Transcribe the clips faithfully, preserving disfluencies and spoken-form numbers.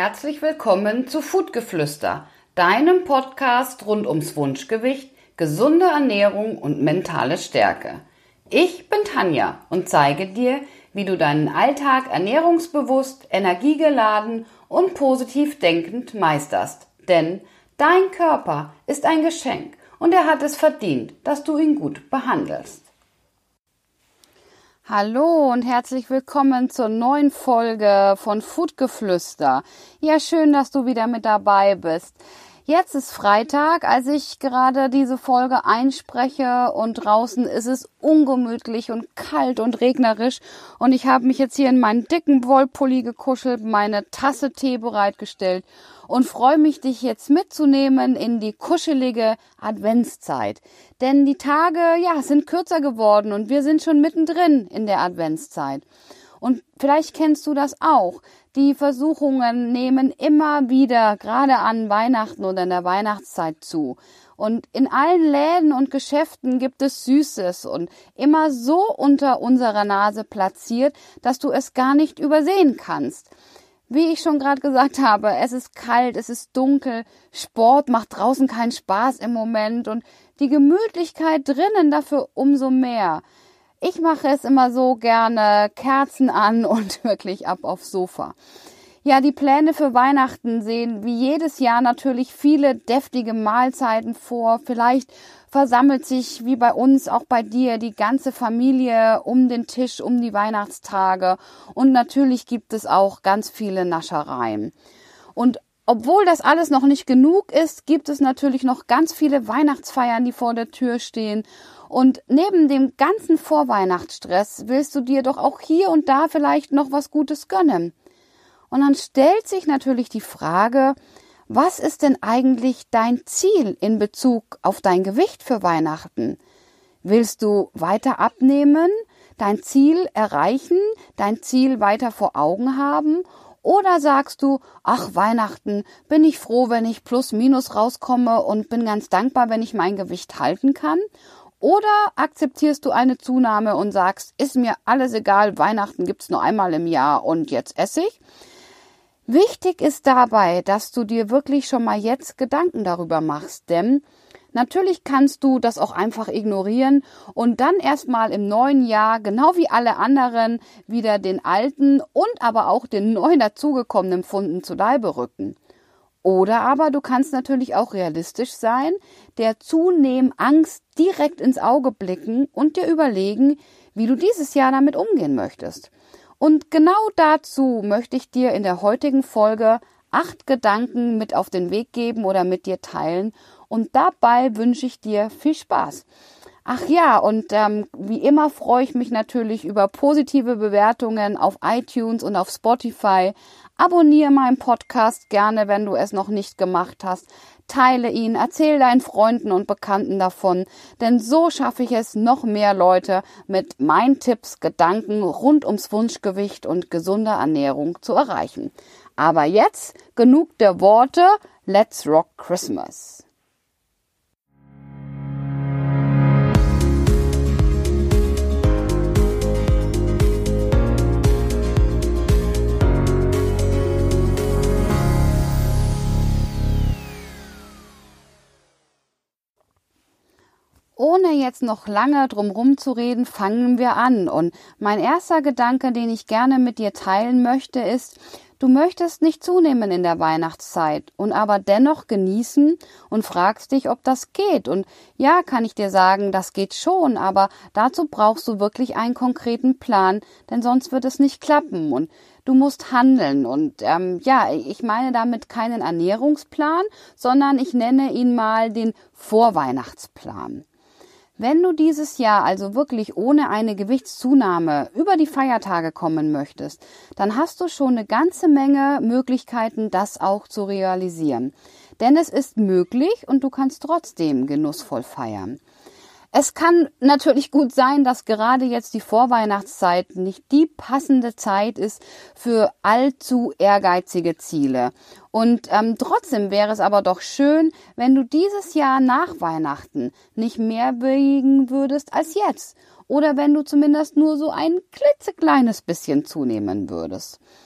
herzlich willkommen zu Foodgeflüster, deinem Podcast rund ums Wunschgewicht, gesunde Ernährung und mentale Stärke. Ich bin Tanja und zeige dir, wie du deinen Alltag ernährungsbewusst, energiegeladen und positiv denkend meisterst. Denn dein Körper ist ein Geschenk und er hat es verdient, dass du ihn gut behandelst. Hallo und herzlich willkommen zur neuen Folge von Foodgeflüster. Ja, schön, dass du wieder mit dabei bist. Jetzt ist Freitag, als ich gerade diese Folge einspreche und draußen ist es ungemütlich und kalt und regnerisch und ich habe mich jetzt hier in meinen dicken Wollpulli gekuschelt, meine Tasse Tee bereitgestellt und freue mich, dich jetzt mitzunehmen in die kuschelige Adventszeit. Denn die Tage, ja, sind kürzer geworden und wir sind schon mittendrin in der Adventszeit. Und vielleicht kennst du das auch. Die Versuchungen nehmen immer wieder, gerade an Weihnachten oder in der Weihnachtszeit zu. Und in allen Läden und Geschäften gibt es Süßes und immer so unter unserer Nase platziert, dass du es gar nicht übersehen kannst. Wie ich schon gerade gesagt habe, es ist kalt, es ist dunkel, Sport macht draußen keinen Spaß im Moment und die Gemütlichkeit drinnen dafür umso mehr. Ich mache es immer so gerne, Kerzen an und wirklich ab aufs Sofa. Ja, die Pläne für Weihnachten sehen wie jedes Jahr natürlich viele deftige Mahlzeiten vor. Vielleicht versammelt sich wie bei uns, auch bei dir, die ganze Familie um den Tisch, um die Weihnachtstage. Und natürlich gibt es auch ganz viele Naschereien. Und obwohl das alles noch nicht genug ist, gibt es natürlich noch ganz viele Weihnachtsfeiern, die vor der Tür stehen. Und neben dem ganzen Vorweihnachtsstress willst du dir doch auch hier und da vielleicht noch was Gutes gönnen. Und dann stellt sich natürlich die Frage, was ist denn eigentlich dein Ziel in Bezug auf dein Gewicht für Weihnachten? Willst du weiter abnehmen, dein Ziel erreichen, dein Ziel weiter vor Augen haben? Oder sagst du, ach, Weihnachten, bin ich froh, wenn ich plus minus rauskomme und bin ganz dankbar, wenn ich mein Gewicht halten kann? Oder akzeptierst du eine Zunahme und sagst, ist mir alles egal, Weihnachten gibt's nur einmal im Jahr und jetzt esse ich? Wichtig ist dabei, dass du dir wirklich schon mal jetzt Gedanken darüber machst, denn natürlich kannst du das auch einfach ignorieren und dann erstmal im neuen Jahr, genau wie alle anderen, wieder den alten und aber auch den neu dazugekommenen Pfunden zu Leibe rücken. Oder aber du kannst natürlich auch realistisch sein, der zunehmend Angst direkt ins Auge blicken und dir überlegen, wie du dieses Jahr damit umgehen möchtest. Und genau dazu möchte ich dir in der heutigen Folge acht Gedanken mit auf den Weg geben oder mit dir teilen. Und dabei wünsche ich dir viel Spaß. Ach ja, und ähm, wie immer freue ich mich natürlich über positive Bewertungen auf iTunes und auf Spotify. Abonniere meinen Podcast gerne, wenn du es noch nicht gemacht hast. Teile ihn, erzähl deinen Freunden und Bekannten davon, denn so schaffe ich es, noch mehr Leute mit meinen Tipps, Gedanken rund ums Wunschgewicht und gesunde Ernährung zu erreichen. Aber jetzt genug der Worte, let's rock Christmas! Ohne jetzt noch lange drum zu reden, fangen wir an. Und mein erster Gedanke, den ich gerne mit dir teilen möchte, ist, du möchtest nicht zunehmen in der Weihnachtszeit und aber dennoch genießen und fragst dich, ob das geht. Und ja, kann ich dir sagen, das geht schon, aber dazu brauchst du wirklich einen konkreten Plan, denn sonst wird es nicht klappen. Und du musst handeln. Und ähm, ja, ich meine damit keinen Ernährungsplan, sondern ich nenne ihn mal den Vorweihnachtsplan. Wenn du dieses Jahr also wirklich ohne eine Gewichtszunahme über die Feiertage kommen möchtest, dann hast du schon eine ganze Menge Möglichkeiten, das auch zu realisieren. Denn es ist möglich und du kannst trotzdem genussvoll feiern. Es kann natürlich gut sein, dass gerade jetzt die Vorweihnachtszeit nicht die passende Zeit ist für allzu ehrgeizige Ziele. Und ähm, trotzdem wäre es aber doch schön, wenn du dieses Jahr nach Weihnachten nicht mehr wiegen würdest als jetzt. Oder wenn du zumindest nur so ein klitzekleines bisschen zunehmen würdest.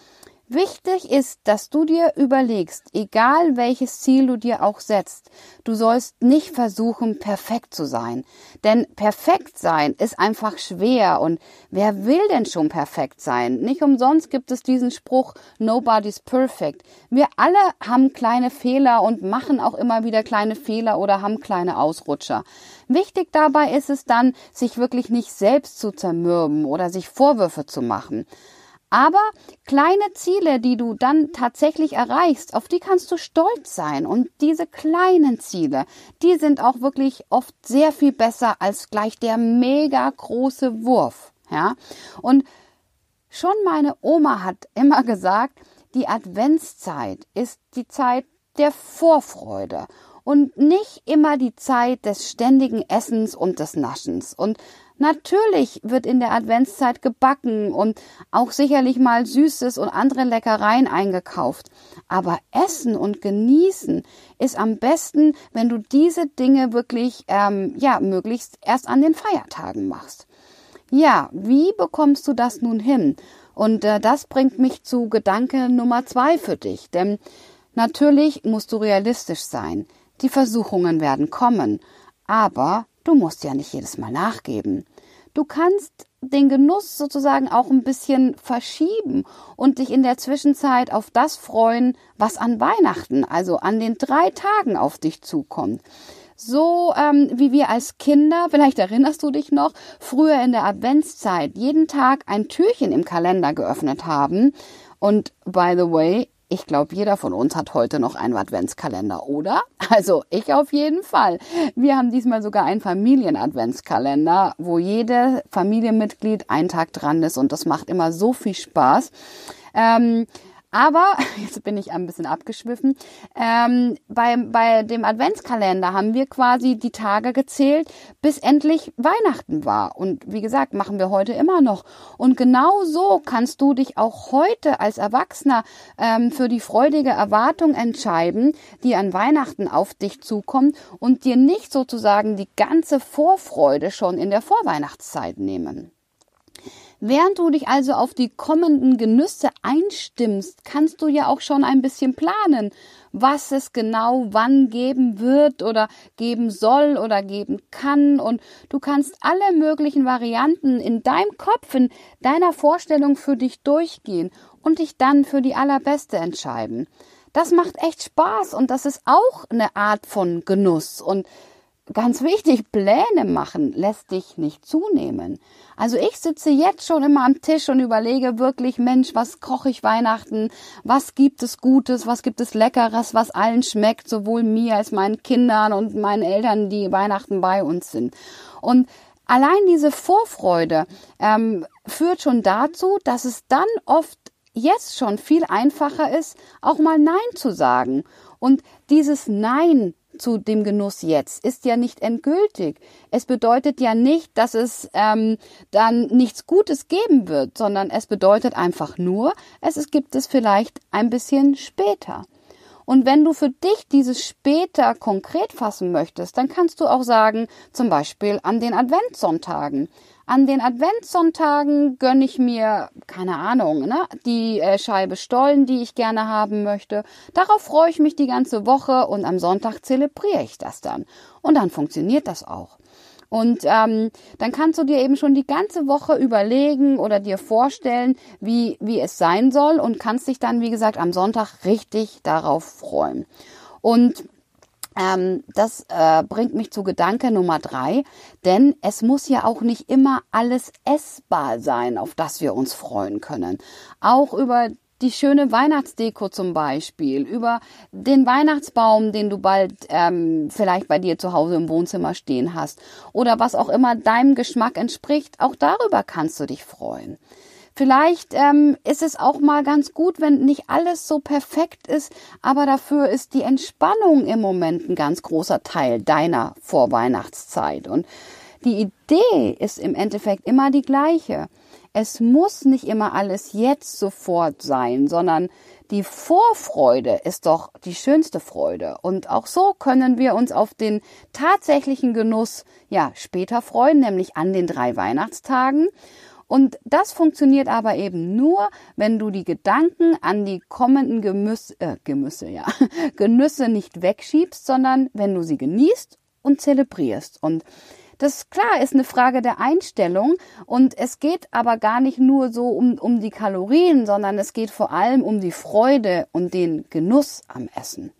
Wichtig ist, dass du dir überlegst, egal welches Ziel du dir auch setzt, du sollst nicht versuchen, perfekt zu sein. Denn perfekt sein ist einfach schwer und wer will denn schon perfekt sein? Nicht umsonst gibt es diesen Spruch, nobody's perfect. Wir alle haben kleine Fehler und machen auch immer wieder kleine Fehler oder haben kleine Ausrutscher. Wichtig dabei ist es dann, sich wirklich nicht selbst zu zermürben oder sich Vorwürfe zu machen. Aber kleine Ziele, die du dann tatsächlich erreichst, auf die kannst du stolz sein. Und diese kleinen Ziele, die sind auch wirklich oft sehr viel besser als gleich der mega große Wurf. Ja? Und schon meine Oma hat immer gesagt, die Adventszeit ist die Zeit der Vorfreude. Und nicht immer die Zeit des ständigen Essens und des Naschens. Und natürlich wird in der Adventszeit gebacken und auch sicherlich mal Süßes und andere Leckereien eingekauft. Aber Essen und Genießen ist am besten, wenn du diese Dinge wirklich, ähm, ja, möglichst erst an den Feiertagen machst. Ja, wie bekommst du das nun hin? Und äh, das bringt mich zu Gedanke Nummer zwei für dich. Denn natürlich musst du realistisch sein. Die Versuchungen werden kommen, aber du musst ja nicht jedes Mal nachgeben. Du kannst den Genuss sozusagen auch ein bisschen verschieben und dich in der Zwischenzeit auf das freuen, was an Weihnachten, also an den drei Tagen auf dich zukommt. So ähm, wie wir als Kinder, vielleicht erinnerst du dich noch, früher in der Adventszeit jeden Tag ein Türchen im Kalender geöffnet haben. Und by the way, ich glaube, jeder von uns hat heute noch einen Adventskalender, oder? Also ich auf jeden Fall. Wir haben diesmal sogar einen Familien-Adventskalender, wo jede Familienmitglied einen Tag dran ist und das macht immer so viel Spaß. Ähm, Aber, jetzt bin ich ein bisschen abgeschwiffen, ähm, bei, bei dem Adventskalender haben wir quasi die Tage gezählt, bis endlich Weihnachten war. Und wie gesagt, machen wir heute immer noch. Und genau so kannst du dich auch heute als Erwachsener ähm, für die freudige Erwartung entscheiden, die an Weihnachten auf dich zukommt und dir nicht sozusagen die ganze Vorfreude schon in der Vorweihnachtszeit nehmen. Während du dich also auf die kommenden Genüsse einstimmst, kannst du ja auch schon ein bisschen planen, was es genau wann geben wird oder geben soll oder geben kann. Und du kannst alle möglichen Varianten in deinem Kopf, in deiner Vorstellung für dich durchgehen und dich dann für die allerbeste entscheiden. Das macht echt Spaß und das ist auch eine Art von Genuss. Und ganz wichtig, Pläne machen lässt dich nicht zunehmen. Also ich sitze jetzt schon immer am Tisch und überlege wirklich, Mensch, was koche ich Weihnachten? Was gibt es Gutes? Was gibt es Leckeres, was allen schmeckt? Sowohl mir als meinen Kindern und meinen Eltern, die Weihnachten bei uns sind. Und allein diese Vorfreude ähm, führt schon dazu, dass es dann oft jetzt schon viel einfacher ist, auch mal Nein zu sagen. Und dieses Nein zu dem Genuss jetzt ist ja nicht endgültig. Es bedeutet ja nicht, dass es ähm, dann nichts Gutes geben wird, sondern es bedeutet einfach nur, es, es gibt es vielleicht ein bisschen später. Und wenn du für dich dieses später konkret fassen möchtest, dann kannst du auch sagen, zum Beispiel an den Adventssonntagen. An den Adventssonntagen gönne ich mir, keine Ahnung, ne, die äh, Scheibe Stollen, die ich gerne haben möchte. Darauf freue ich mich die ganze Woche und am Sonntag zelebriere ich das dann. Und dann funktioniert das auch. Und ähm, dann kannst du dir eben schon die ganze Woche überlegen oder dir vorstellen, wie, wie es sein soll und kannst dich dann, wie gesagt, am Sonntag richtig darauf freuen. Und Ähm, das äh, bringt mich zu Gedanke Nummer drei, denn es muss ja auch nicht immer alles essbar sein, auf das wir uns freuen können. Auch über die schöne Weihnachtsdeko zum Beispiel, über den Weihnachtsbaum, den du bald ähm, vielleicht bei dir zu Hause im Wohnzimmer stehen hast oder was auch immer deinem Geschmack entspricht, auch darüber kannst du dich freuen. Vielleicht ähm, ist es auch mal ganz gut, wenn nicht alles so perfekt ist, aber dafür ist die Entspannung im Moment ein ganz großer Teil deiner Vorweihnachtszeit. Und die Idee ist im Endeffekt immer die gleiche. Es muss nicht immer alles jetzt sofort sein, sondern die Vorfreude ist doch die schönste Freude. Und auch so können wir uns auf den tatsächlichen Genuss ja später freuen, nämlich an den drei Weihnachtstagen. Und das funktioniert aber eben nur, wenn du die Gedanken an die kommenden Gemüse, äh, Gemüse, ja, Genüsse nicht wegschiebst, sondern wenn du sie genießt und zelebrierst. Und das, klar, ist eine Frage der Einstellung und es geht aber gar nicht nur so um, um die Kalorien, sondern es geht vor allem um die Freude und den Genuss am Essen.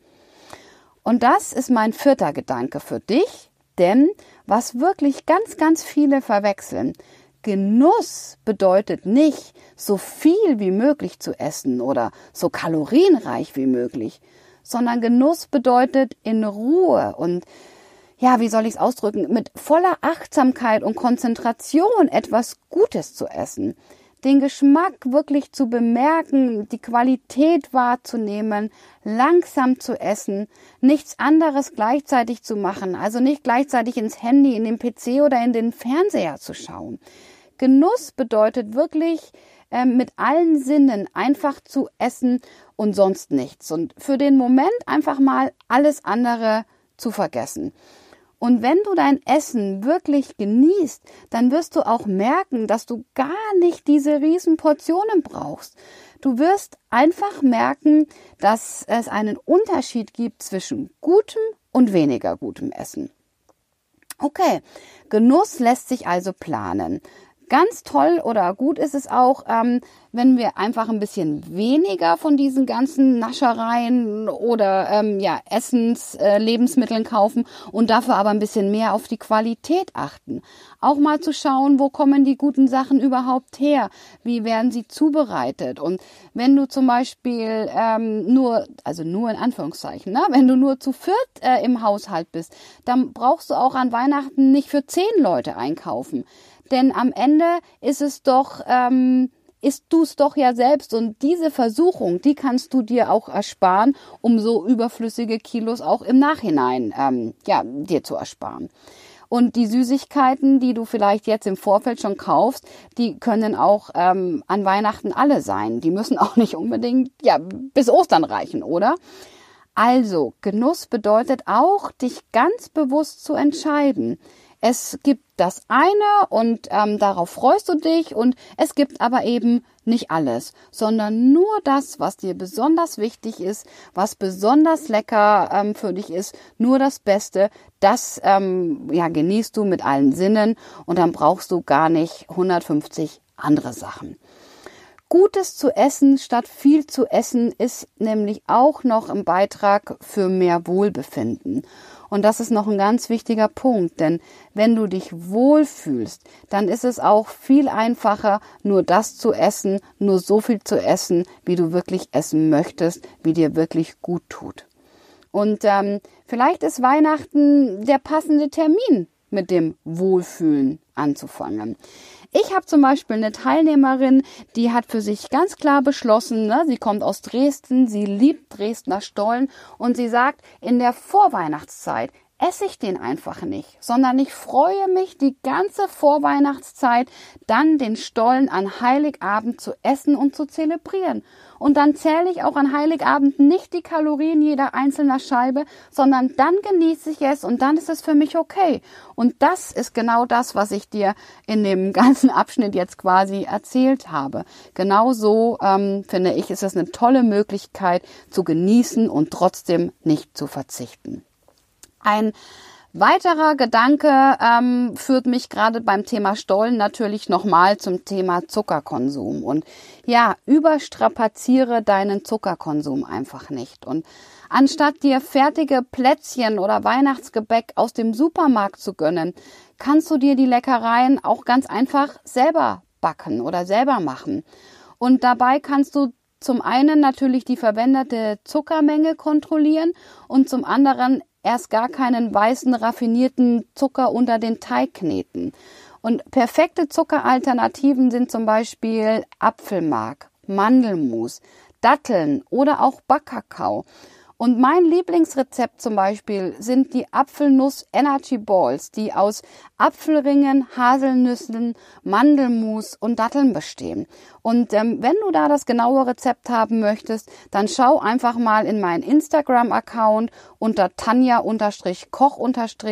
Und das ist mein vierter Gedanke für dich, denn was wirklich ganz, ganz viele verwechseln, Genuss bedeutet nicht, so viel wie möglich zu essen oder so kalorienreich wie möglich, sondern Genuss bedeutet in Ruhe und, ja, wie soll ich es ausdrücken, mit voller Achtsamkeit und Konzentration etwas Gutes zu essen. Den Geschmack wirklich zu bemerken, die Qualität wahrzunehmen, langsam zu essen, nichts anderes gleichzeitig zu machen, also nicht gleichzeitig ins Handy, in den P C oder in den Fernseher zu schauen. Genuss bedeutet wirklich, äh, mit allen Sinnen einfach zu essen und sonst nichts. Und für den Moment einfach mal alles andere zu vergessen. Und wenn du dein Essen wirklich genießt, dann wirst du auch merken, dass du gar nicht diese riesen Portionen brauchst. Du wirst einfach merken, dass es einen Unterschied gibt zwischen gutem und weniger gutem Essen. Okay, Genuss lässt sich also planen. Ganz toll oder gut ist es auch, ähm, wenn wir einfach ein bisschen weniger von diesen ganzen Naschereien oder ähm, ja Essens, äh, Lebensmitteln kaufen und dafür aber ein bisschen mehr auf die Qualität achten. Auch mal zu schauen, wo kommen die guten Sachen überhaupt her? Wie werden sie zubereitet? Und wenn du zum Beispiel ähm, nur, also nur in Anführungszeichen, ne, wenn du nur zu viert äh, im Haushalt bist, dann brauchst du auch an Weihnachten nicht für zehn Leute einkaufen. Denn am Ende ist es doch, ähm, isst du es doch ja selbst und diese Versuchung, die kannst du dir auch ersparen, um so überflüssige Kilos auch im Nachhinein ähm, ja, dir zu ersparen. Und die Süßigkeiten, die du vielleicht jetzt im Vorfeld schon kaufst, die können auch ähm, an Weihnachten alle sein. Die müssen auch nicht unbedingt ja bis Ostern reichen, oder? Also, Genuss bedeutet auch, dich ganz bewusst zu entscheiden. Es gibt das eine und ähm, darauf freust du dich und es gibt aber eben nicht alles, sondern nur das, was dir besonders wichtig ist, was besonders lecker ähm, für dich ist, nur das Beste, das ähm, ja, genießt du mit allen Sinnen und dann brauchst du gar nicht hundertfünfzig andere Sachen. Gutes zu essen statt viel zu essen ist nämlich auch noch ein Beitrag für mehr Wohlbefinden. Und das ist noch ein ganz wichtiger Punkt, denn wenn du dich wohlfühlst, dann ist es auch viel einfacher, nur das zu essen, nur so viel zu essen, wie du wirklich essen möchtest, wie dir wirklich gut tut. Und ähm, vielleicht ist Weihnachten der passende Termin, mit dem Wohlfühlen anzufangen. Ich habe zum Beispiel eine Teilnehmerin, die hat für sich ganz klar beschlossen, ne, sie kommt aus Dresden, sie liebt Dresdner Stollen und sie sagt, in der Vorweihnachtszeit esse ich den einfach nicht, sondern ich freue mich die ganze Vorweihnachtszeit, dann den Stollen an Heiligabend zu essen und zu zelebrieren. Und dann zähle ich auch an Heiligabend nicht die Kalorien jeder einzelnen Scheibe, sondern dann genieße ich es und dann ist es für mich okay. Und das ist genau das, was ich dir in dem ganzen Abschnitt jetzt quasi erzählt habe. Genau so, ähm, finde ich, ist es eine tolle Möglichkeit zu genießen und trotzdem nicht zu verzichten. Ein weiterer Gedanke ähm, führt mich gerade beim Thema Stollen natürlich nochmal zum Thema Zuckerkonsum. Und ja, überstrapaziere deinen Zuckerkonsum einfach nicht. Und anstatt dir fertige Plätzchen oder Weihnachtsgebäck aus dem Supermarkt zu gönnen, kannst du dir die Leckereien auch ganz einfach selber backen oder selber machen. Und dabei kannst du zum einen natürlich die verwendete Zuckermenge kontrollieren und zum anderen erst gar keinen weißen, raffinierten Zucker unter den Teig kneten. Und perfekte Zuckeralternativen sind zum Beispiel Apfelmark, Mandelmus, Datteln oder auch Backkakao. Und mein Lieblingsrezept zum Beispiel sind die Apfelnuss Energy Balls, die aus Apfelringen, Haselnüssen, Mandelmus und Datteln bestehen. Und ähm, wenn du da das genaue Rezept haben möchtest, dann schau einfach mal in meinen Instagram-Account unter Tanja-Koch-.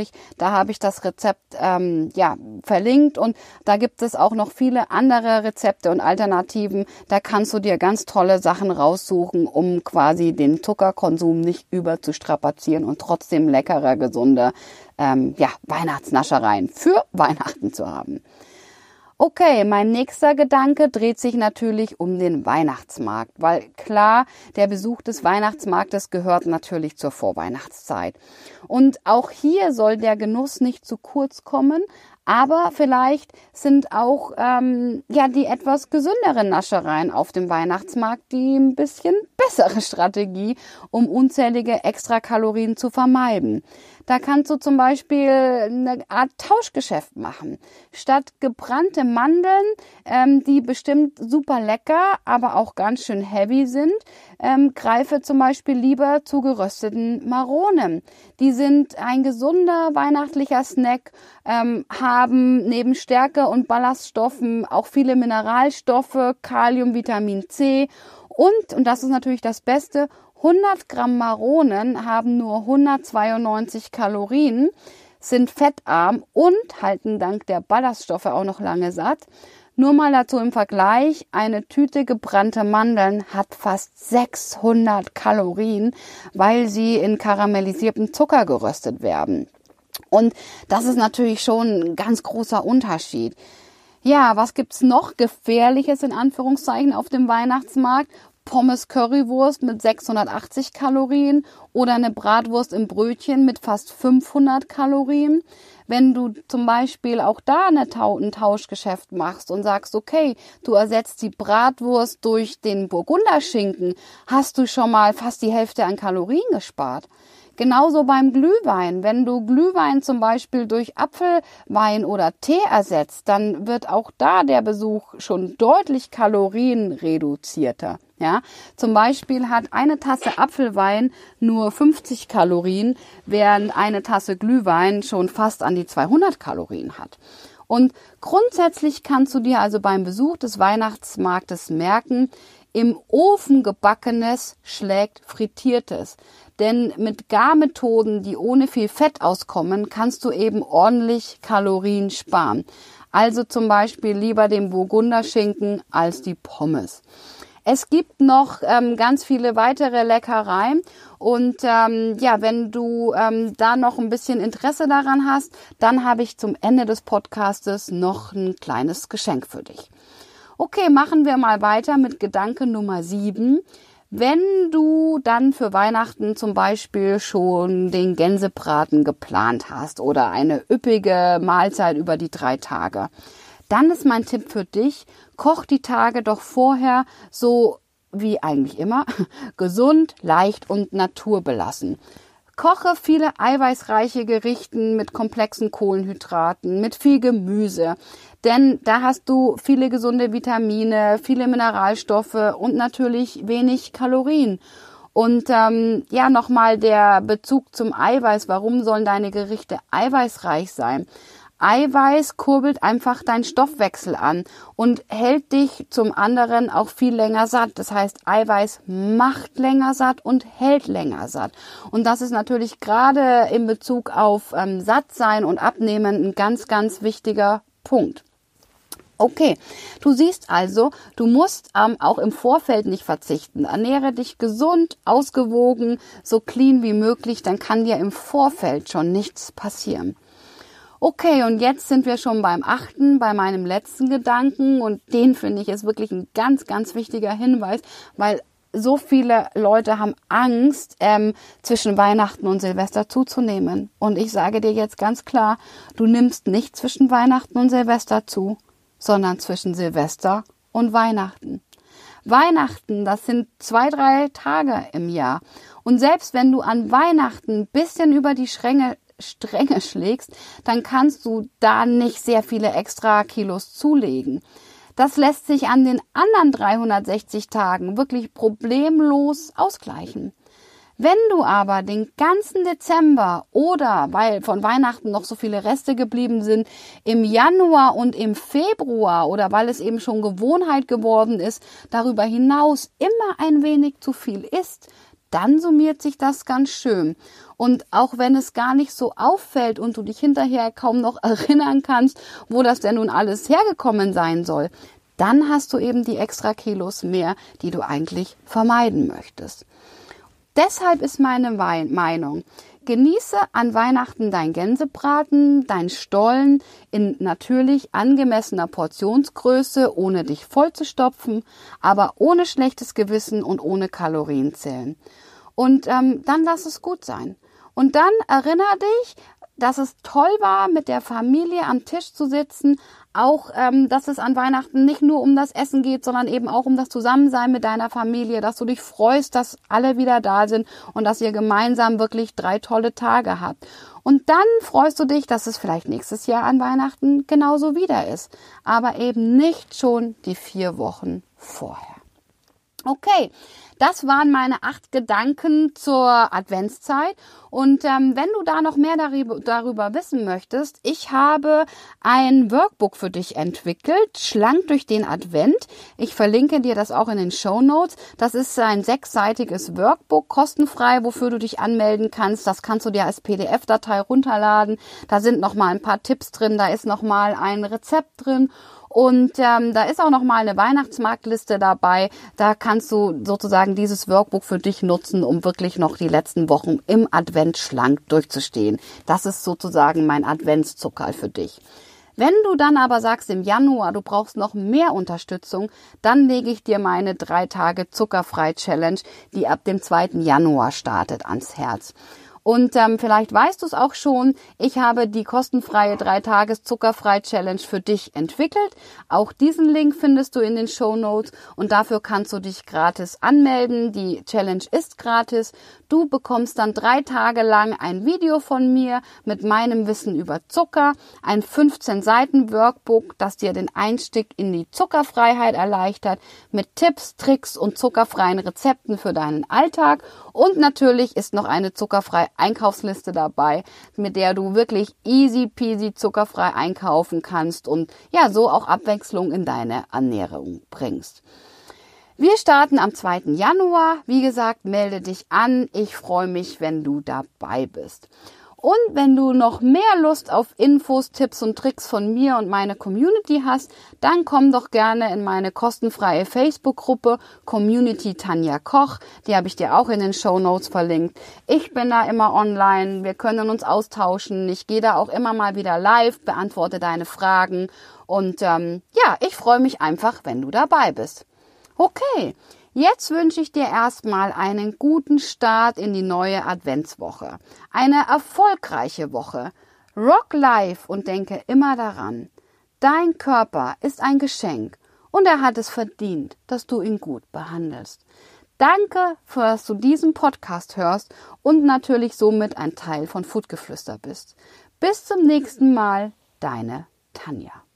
Da habe ich das Rezept ähm, ja verlinkt und da gibt es auch noch viele andere Rezepte und Alternativen. Da kannst du dir ganz tolle Sachen raussuchen, um quasi den Zuckerkonsum nicht überzustrapazieren und trotzdem leckerer, gesunde ähm, ja, Weihnachtsnaschereien für Weihnachten zu haben. Okay, mein nächster Gedanke dreht sich natürlich um den Weihnachtsmarkt, weil klar, der Besuch des Weihnachtsmarktes gehört natürlich zur Vorweihnachtszeit. Und auch hier soll der Genuss nicht zu kurz kommen, aber vielleicht sind auch ähm, ja die etwas gesünderen Naschereien auf dem Weihnachtsmarkt die ein bisschen bessere Strategie, um unzählige Extrakalorien zu vermeiden. Da kannst du zum Beispiel eine Art Tauschgeschäft machen. Statt gebrannte Mandeln, ähm, die bestimmt super lecker, aber auch ganz schön heavy sind, ähm, greife zum Beispiel lieber zu gerösteten Maronen. Die sind ein gesunder weihnachtlicher Snack, ähm, haben neben Stärke und Ballaststoffen auch viele Mineralstoffe, Kalium, Vitamin C und, und das ist natürlich das Beste, hundert Gramm Maronen haben nur hundertzweiundneunzig Kalorien, sind fettarm und halten dank der Ballaststoffe auch noch lange satt. Nur mal dazu im Vergleich, eine Tüte gebrannte Mandeln hat fast sechshundert Kalorien, weil sie in karamellisiertem Zucker geröstet werden. Und das ist natürlich schon ein ganz großer Unterschied. Ja, was gibt's noch Gefährliches in Anführungszeichen auf dem Weihnachtsmarkt? Pommes Currywurst mit sechshundertachtzig Kalorien oder eine Bratwurst im Brötchen mit fast fünfhundert Kalorien. Wenn du zum Beispiel auch da eine Tau- ein Tauschgeschäft machst und sagst, okay, du ersetzt die Bratwurst durch den Burgunderschinken, hast du schon mal fast die Hälfte an Kalorien gespart. Genauso beim Glühwein. Wenn du Glühwein zum Beispiel durch Apfelwein oder Tee ersetzt, dann wird auch da der Besuch schon deutlich kalorienreduzierter. Ja, zum Beispiel hat eine Tasse Apfelwein nur fünfzig Kalorien, während eine Tasse Glühwein schon fast an die zweihundert Kalorien hat. Und grundsätzlich kannst du dir also beim Besuch des Weihnachtsmarktes merken, im Ofen gebackenes schlägt frittiertes. Denn mit Garmethoden, die ohne viel Fett auskommen, kannst du eben ordentlich Kalorien sparen. Also zum Beispiel lieber den Burgunderschinken als die Pommes. Es gibt noch ähm, ganz viele weitere Leckereien und ähm, ja, wenn du ähm, da noch ein bisschen Interesse daran hast, dann habe ich zum Ende des Podcastes noch ein kleines Geschenk für dich. Okay, machen wir mal weiter mit Gedanke Nummer sieben. Wenn du dann für Weihnachten zum Beispiel schon den Gänsebraten geplant hast oder eine üppige Mahlzeit über die drei Tage, dann ist mein Tipp für dich, koch die Tage doch vorher so wie eigentlich immer, gesund, leicht und naturbelassen. Koche viele eiweißreiche Gerichte mit komplexen Kohlenhydraten, mit viel Gemüse, denn da hast du viele gesunde Vitamine, viele Mineralstoffe und natürlich wenig Kalorien. Und ähm, ja, nochmal der Bezug zum Eiweiß. Warum sollen deine Gerichte eiweißreich sein? Eiweiß kurbelt einfach deinen Stoffwechsel an und hält dich zum anderen auch viel länger satt. Das heißt, Eiweiß macht länger satt und hält länger satt. Und das ist natürlich gerade in Bezug auf ähm, Sattsein und Abnehmen ein ganz, ganz wichtiger Punkt. Okay, du siehst also, du musst ähm, auch im Vorfeld nicht verzichten. Ernähre dich gesund, ausgewogen, so clean wie möglich, dann kann dir im Vorfeld schon nichts passieren. Okay, und jetzt sind wir schon beim achten, bei meinem letzten Gedanken und den finde ich ist wirklich ein ganz, ganz wichtiger Hinweis, weil so viele Leute haben Angst, ähm, zwischen Weihnachten und Silvester zuzunehmen. Und ich sage dir jetzt ganz klar, du nimmst nicht zwischen Weihnachten und Silvester zu, sondern zwischen Silvester und Weihnachten. Weihnachten, das sind zwei, drei Tage im Jahr. Und selbst wenn du an Weihnachten ein bisschen über die Stränge Strenge schlägst, dann kannst du da nicht sehr viele extra Kilos zulegen. Das lässt sich an den anderen dreihundertsechzig Tagen wirklich problemlos ausgleichen. Wenn du aber den ganzen Dezember oder, weil von Weihnachten noch so viele Reste geblieben sind, im Januar und im Februar oder weil es eben schon Gewohnheit geworden ist, darüber hinaus immer ein wenig zu viel isst, dann summiert sich das ganz schön. Und auch wenn es gar nicht so auffällt und du dich hinterher kaum noch erinnern kannst, wo das denn nun alles hergekommen sein soll, dann hast du eben die extra Kilos mehr, die du eigentlich vermeiden möchtest. Deshalb ist meine Meinung, genieße an Weihnachten dein Gänsebraten, dein Stollen in natürlich angemessener Portionsgröße, ohne dich vollzustopfen, aber ohne schlechtes Gewissen und ohne Kalorienzählen. Und ähm, dann lass es gut sein. Und dann erinnere dich, dass es toll war, mit der Familie am Tisch zu sitzen, auch, ähm, dass es an Weihnachten nicht nur um das Essen geht, sondern eben auch um das Zusammensein mit deiner Familie, dass du dich freust, dass alle wieder da sind und dass ihr gemeinsam wirklich drei tolle Tage habt. Und dann freust du dich, dass es vielleicht nächstes Jahr an Weihnachten genauso wieder ist, aber eben nicht schon die vier Wochen vorher. Okay, das waren meine acht Gedanken zur Adventszeit. Und ähm, wenn du da noch mehr darüber, darüber wissen möchtest, ich habe ein Workbook für dich entwickelt, Schlank durch den Advent. Ich verlinke dir das auch in den Shownotes. Das ist ein sechsseitiges Workbook, kostenfrei, wofür du dich anmelden kannst. Das kannst du dir als P D F-Datei runterladen. Da sind nochmal ein paar Tipps drin, da ist nochmal ein Rezept drin. Und ähm, da ist auch noch mal eine Weihnachtsmarktliste dabei. Da kannst du sozusagen dieses Workbook für dich nutzen, um wirklich noch die letzten Wochen im Advent schlank durchzustehen. Das ist sozusagen mein Adventszuckerl für dich. Wenn du dann aber sagst im Januar, du brauchst noch mehr Unterstützung, dann lege ich dir meine drei Tage Zuckerfrei-Challenge, die ab dem zweiten Januar startet, ans Herz. Und ähm, vielleicht weißt du es auch schon, ich habe die kostenfreie drei Tages Zuckerfrei Challenge für dich entwickelt. Auch diesen Link findest du in den Shownotes und dafür kannst du dich gratis anmelden. Die Challenge ist gratis. Du bekommst dann drei Tage lang ein Video von mir mit meinem Wissen über Zucker, ein fünfzehn Seiten Workbook, das dir den Einstieg in die Zuckerfreiheit erleichtert, mit Tipps, Tricks und zuckerfreien Rezepten für deinen Alltag. Und natürlich ist noch eine zuckerfreie Einkaufsliste dabei, mit der du wirklich easy peasy zuckerfrei einkaufen kannst und ja, so auch Abwechslung in deine Ernährung bringst. Wir starten am zweiten Januar. Wie gesagt, melde dich an. Ich freue mich, wenn du dabei bist. Und wenn du noch mehr Lust auf Infos, Tipps und Tricks von mir und meiner Community hast, dann komm doch gerne in meine kostenfreie Facebook-Gruppe Community Tanja Koch. Die habe ich dir auch in den Shownotes verlinkt. Ich bin da immer online. Wir können uns austauschen. Ich gehe da auch immer mal wieder live, beantworte deine Fragen. Und ähm, ja, ich freue mich einfach, wenn du dabei bist. Okay. Jetzt wünsche ich dir erstmal einen guten Start in die neue Adventswoche. Eine erfolgreiche Woche. Rock life und denke immer daran, dein Körper ist ein Geschenk und er hat es verdient, dass du ihn gut behandelst. Danke, dass du diesen Podcast hörst und natürlich somit ein Teil von Foodgeflüster bist. Bis zum nächsten Mal, deine Tanja.